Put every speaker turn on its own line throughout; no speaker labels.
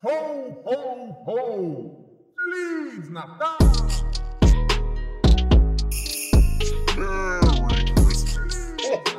Ho, ho, ho! Feliz Natal! Merry Christmas!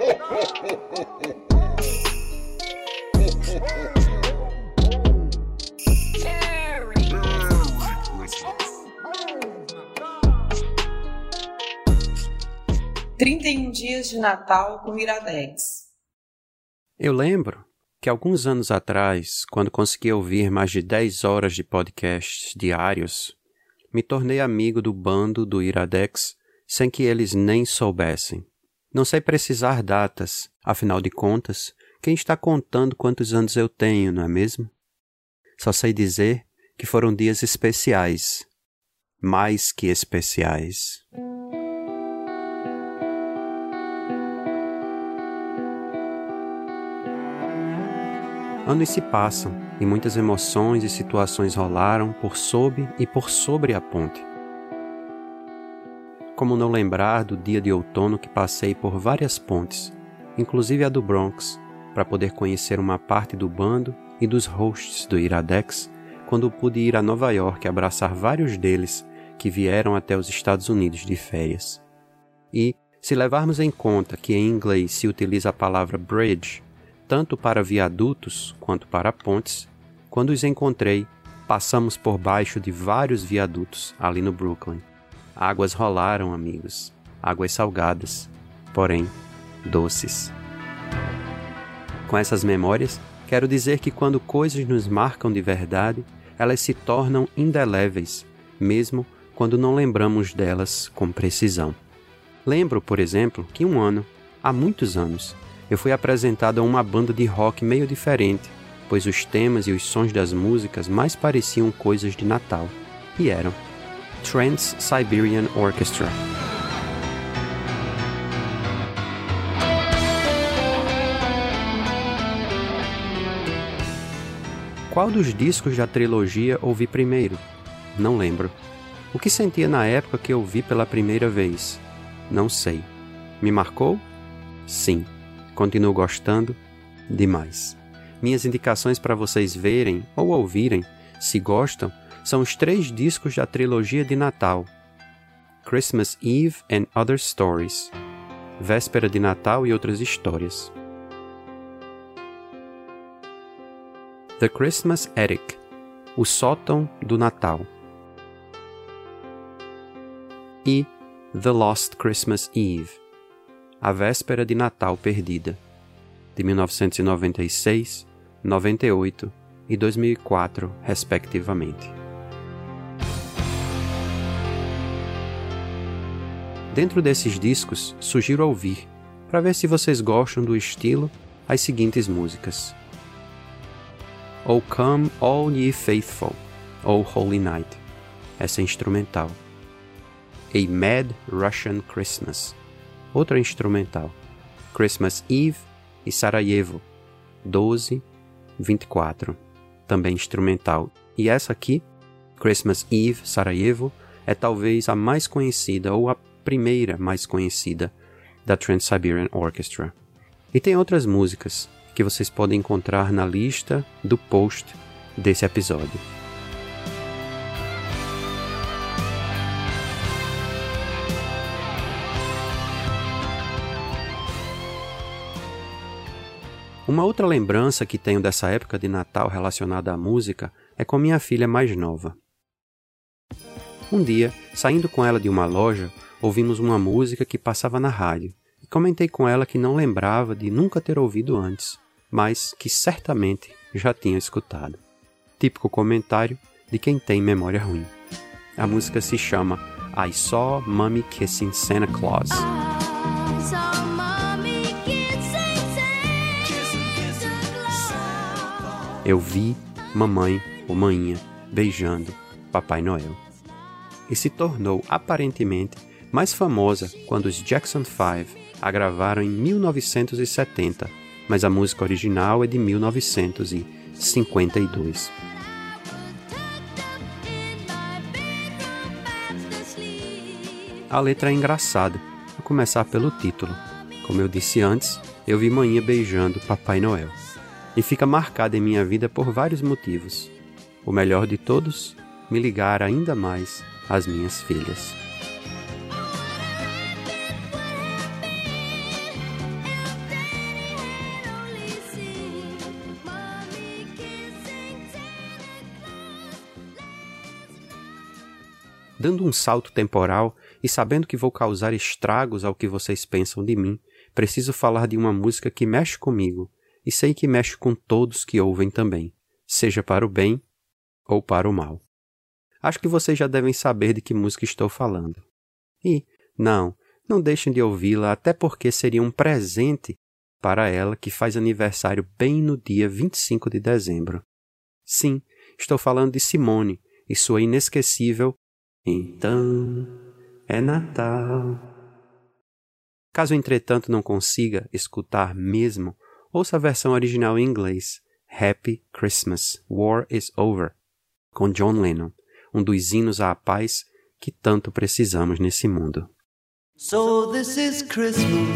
Merry 31 dias de Natal com Iradex.
Eu lembro que alguns anos atrás, quando consegui ouvir mais de 10 horas de podcasts diários, me tornei amigo do bando do Iradex sem que eles nem soubessem. Não sei precisar datas, afinal de contas, quem está contando quantos anos eu tenho, não é mesmo? Só sei dizer que foram dias especiais, mais que especiais. Anos se passam e muitas emoções e situações rolaram por sob e por sobre a ponte. Como não lembrar do dia de outono que passei por várias pontes, inclusive a do Bronx, para poder conhecer uma parte do bando e dos hosts do Iradex, quando pude ir a Nova York abraçar vários deles que vieram até os Estados Unidos de férias. E, se levarmos em conta que em inglês se utiliza a palavra bridge, tanto para viadutos quanto para pontes, quando os encontrei, passamos por baixo de vários viadutos ali no Brooklyn. Águas rolaram, amigos, águas salgadas, porém doces. Com essas memórias, quero dizer que quando coisas nos marcam de verdade, elas se tornam indeléveis, mesmo quando não lembramos delas com precisão. Lembro, por exemplo, que há muitos anos, eu fui apresentado a uma banda de rock meio diferente, pois os temas e os sons das músicas mais pareciam coisas de Natal, e eram Trans-Siberian Orchestra. Qual dos discos da trilogia ouvi primeiro? Não lembro. O que sentia na época que ouvi pela primeira vez? Não sei. Me marcou? Sim. Continuo gostando demais. Minhas indicações para vocês verem ou ouvirem, se gostam, são os 3 discos da trilogia de Natal: Christmas Eve and Other Stories, Véspera de Natal e Outras Histórias, The Christmas Attic, O Sótão do Natal, e The Lost Christmas Eve, A Véspera de Natal Perdida, de 1996, 98 e 2004, respectivamente. Dentro desses discos, sugiro ouvir, para ver se vocês gostam do estilo, as seguintes músicas: O Come All Ye Faithful, ou Holy Night, essa é instrumental. A Mad Russian Christmas, outra instrumental. Christmas Eve e Sarajevo, 12, 24, também instrumental. E essa aqui, Christmas Eve, Sarajevo, é talvez a mais conhecida ou a primeira mais conhecida da Trans-Siberian Orchestra. E tem outras músicas que vocês podem encontrar na lista do post desse episódio. Uma outra lembrança que tenho dessa época de Natal relacionada à música é com minha filha mais nova. Um dia, saindo com ela de uma loja, ouvimos uma música que passava na rádio e comentei com ela que não lembrava de nunca ter ouvido antes, mas que certamente já tinha escutado. Típico comentário de quem tem memória ruim. A música se chama I Saw Mommy Kissing Santa Claus. Eu vi mamãe ou maninha beijando Papai Noel. E se tornou aparentemente mais famosa quando os Jackson 5 a gravaram em 1970, mas a música original é de 1952. A letra é engraçada, a começar pelo título. Como eu disse antes, eu vi maninha beijando Papai Noel. E fica marcada em minha vida por vários motivos. o melhor de todos, me ligar ainda mais às minhas filhas. Dando um salto temporal e sabendo que vou causar estragos ao que vocês pensam de mim, preciso falar de uma música que mexe comigo e sei que mexe com todos que ouvem também, seja para o bem ou para o mal. Acho que vocês já devem saber de que música estou falando. E, não deixem de ouvi-la, até porque seria um presente para ela que faz aniversário bem no dia 25 de dezembro. Sim, estou falando de Simone e sua inesquecível Então é Natal. Caso, entretanto, não consiga escutar mesmo, ouça a versão original em inglês, Happy Christmas, War is Over, com John Lennon, um dos hinos à paz que tanto precisamos nesse mundo.
So this is Christmas,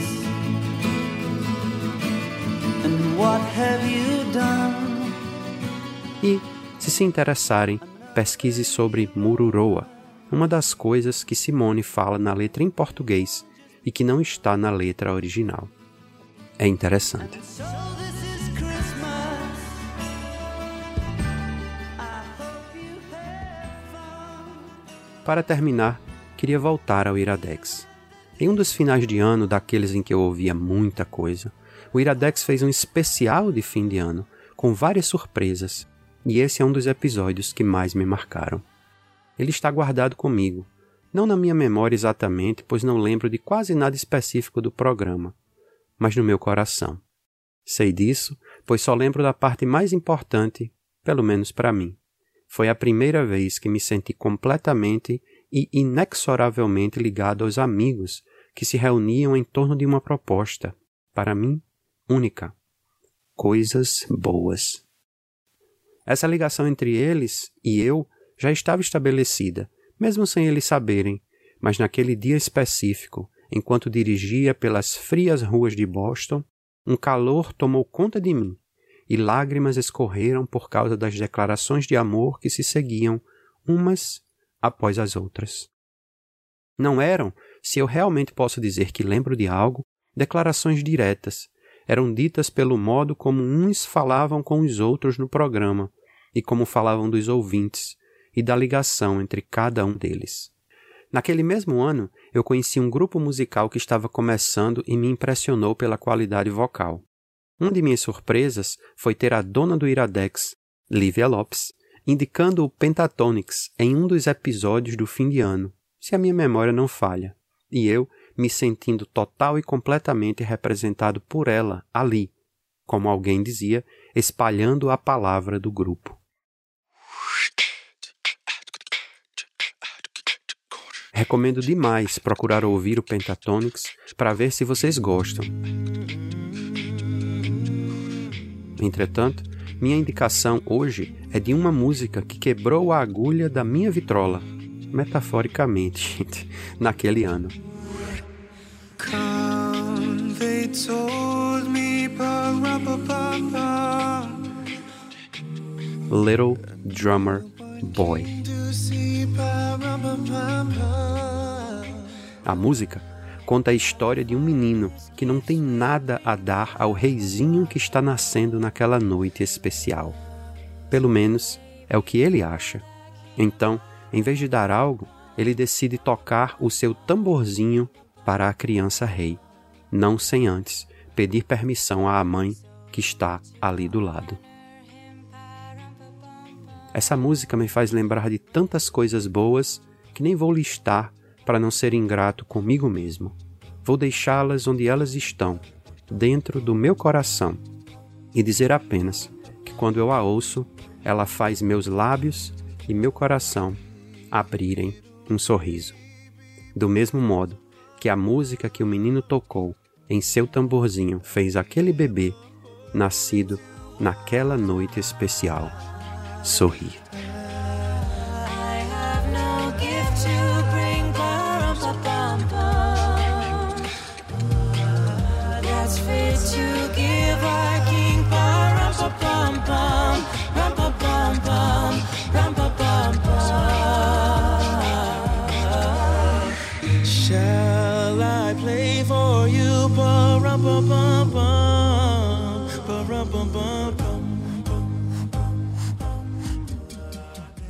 and what have you done?
E, se interessarem, pesquise sobre Mururoa, uma das coisas que Simone fala na letra em português e que não está na letra original. É interessante. Para terminar, queria voltar ao Iradex. Em um dos finais de ano, daqueles em que eu ouvia muita coisa, o Iradex fez um especial de fim de ano, com várias surpresas, e esse é um dos episódios que mais me marcaram. Ele está guardado comigo, não na minha memória exatamente, pois não lembro de quase nada específico do programa, mas no meu coração. Sei disso, pois só lembro da parte mais importante, pelo menos para mim. Foi a primeira vez que me senti completamente e inexoravelmente ligado aos amigos que se reuniam em torno de uma proposta, para mim, única. Coisas boas. Essa ligação entre eles e eu já estava estabelecida, mesmo sem eles saberem, mas naquele dia específico, enquanto dirigia pelas frias ruas de Boston, um calor tomou conta de mim, e lágrimas escorreram por causa das declarações de amor que se seguiam umas após as outras. Não eram, se eu realmente posso dizer que lembro de algo, declarações diretas. Eram ditas pelo modo como uns falavam com os outros no programa, e como falavam dos ouvintes, e da ligação entre cada um deles. Naquele mesmo ano, eu conheci um grupo musical que estava começando e me impressionou pela qualidade vocal. Uma de minhas surpresas foi ter a dona do Iradex, Lívia Lopes, indicando o Pentatonix em um dos episódios do fim de ano, se a minha memória não falha, e eu me sentindo total e completamente representado por ela ali, como alguém dizia, espalhando a palavra do grupo. Recomendo demais procurar ouvir o Pentatonix para ver se vocês gostam. Entretanto, minha indicação hoje é de uma música que quebrou a agulha da minha vitrola, metaforicamente, gente, naquele ano. Little Drummer Boy. A música conta a história de um menino que não tem nada a dar ao reizinho que está nascendo naquela noite especial. Pelo menos é o que ele acha. Então, em vez de dar algo, ele decide tocar o seu tamborzinho para a criança rei, não sem antes pedir permissão à mãe que está ali do lado. Essa música me faz lembrar de tantas coisas boas que nem vou listar para não ser ingrato comigo mesmo. Vou deixá-las onde elas estão, dentro do meu coração, e dizer apenas que quando eu a ouço, ela faz meus lábios e meu coração abrirem um sorriso. Do mesmo modo que a música que o menino tocou em seu tamborzinho fez aquele bebê, nascido naquela noite especial, sorrir.
To give our king, pa rum pa pum pum, rum pa pum pum.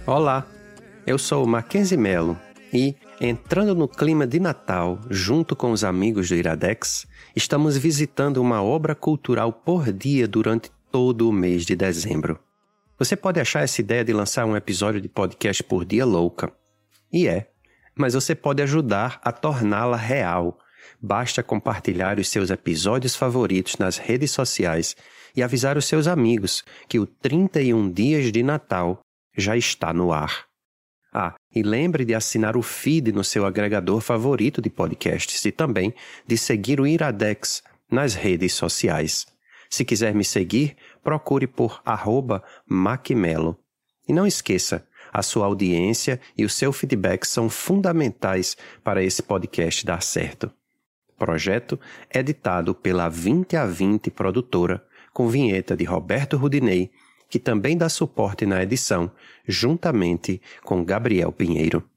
Olá, eu sou o Mackenzie Melo e, entrando no clima de Natal junto com os amigos do Iradex, estamos visitando uma obra cultural por dia durante todo o mês de dezembro. Você pode achar essa ideia de lançar um episódio de podcast por dia louca. E mas você pode ajudar a torná-la real. Basta compartilhar os seus episódios favoritos nas redes sociais e avisar os seus amigos que o 31 Dias de Natal já está no ar. E lembre de assinar o feed no seu agregador favorito de podcasts e também de seguir o Iradex nas redes sociais. Se quiser me seguir, procure por @macmelo. E não esqueça, a sua audiência e o seu feedback são fundamentais para esse podcast dar certo. Projeto editado pela 20 a 20 produtora, com vinheta de Roberto Rudinei, que também dá suporte na edição, juntamente com Gabriel Pinheiro.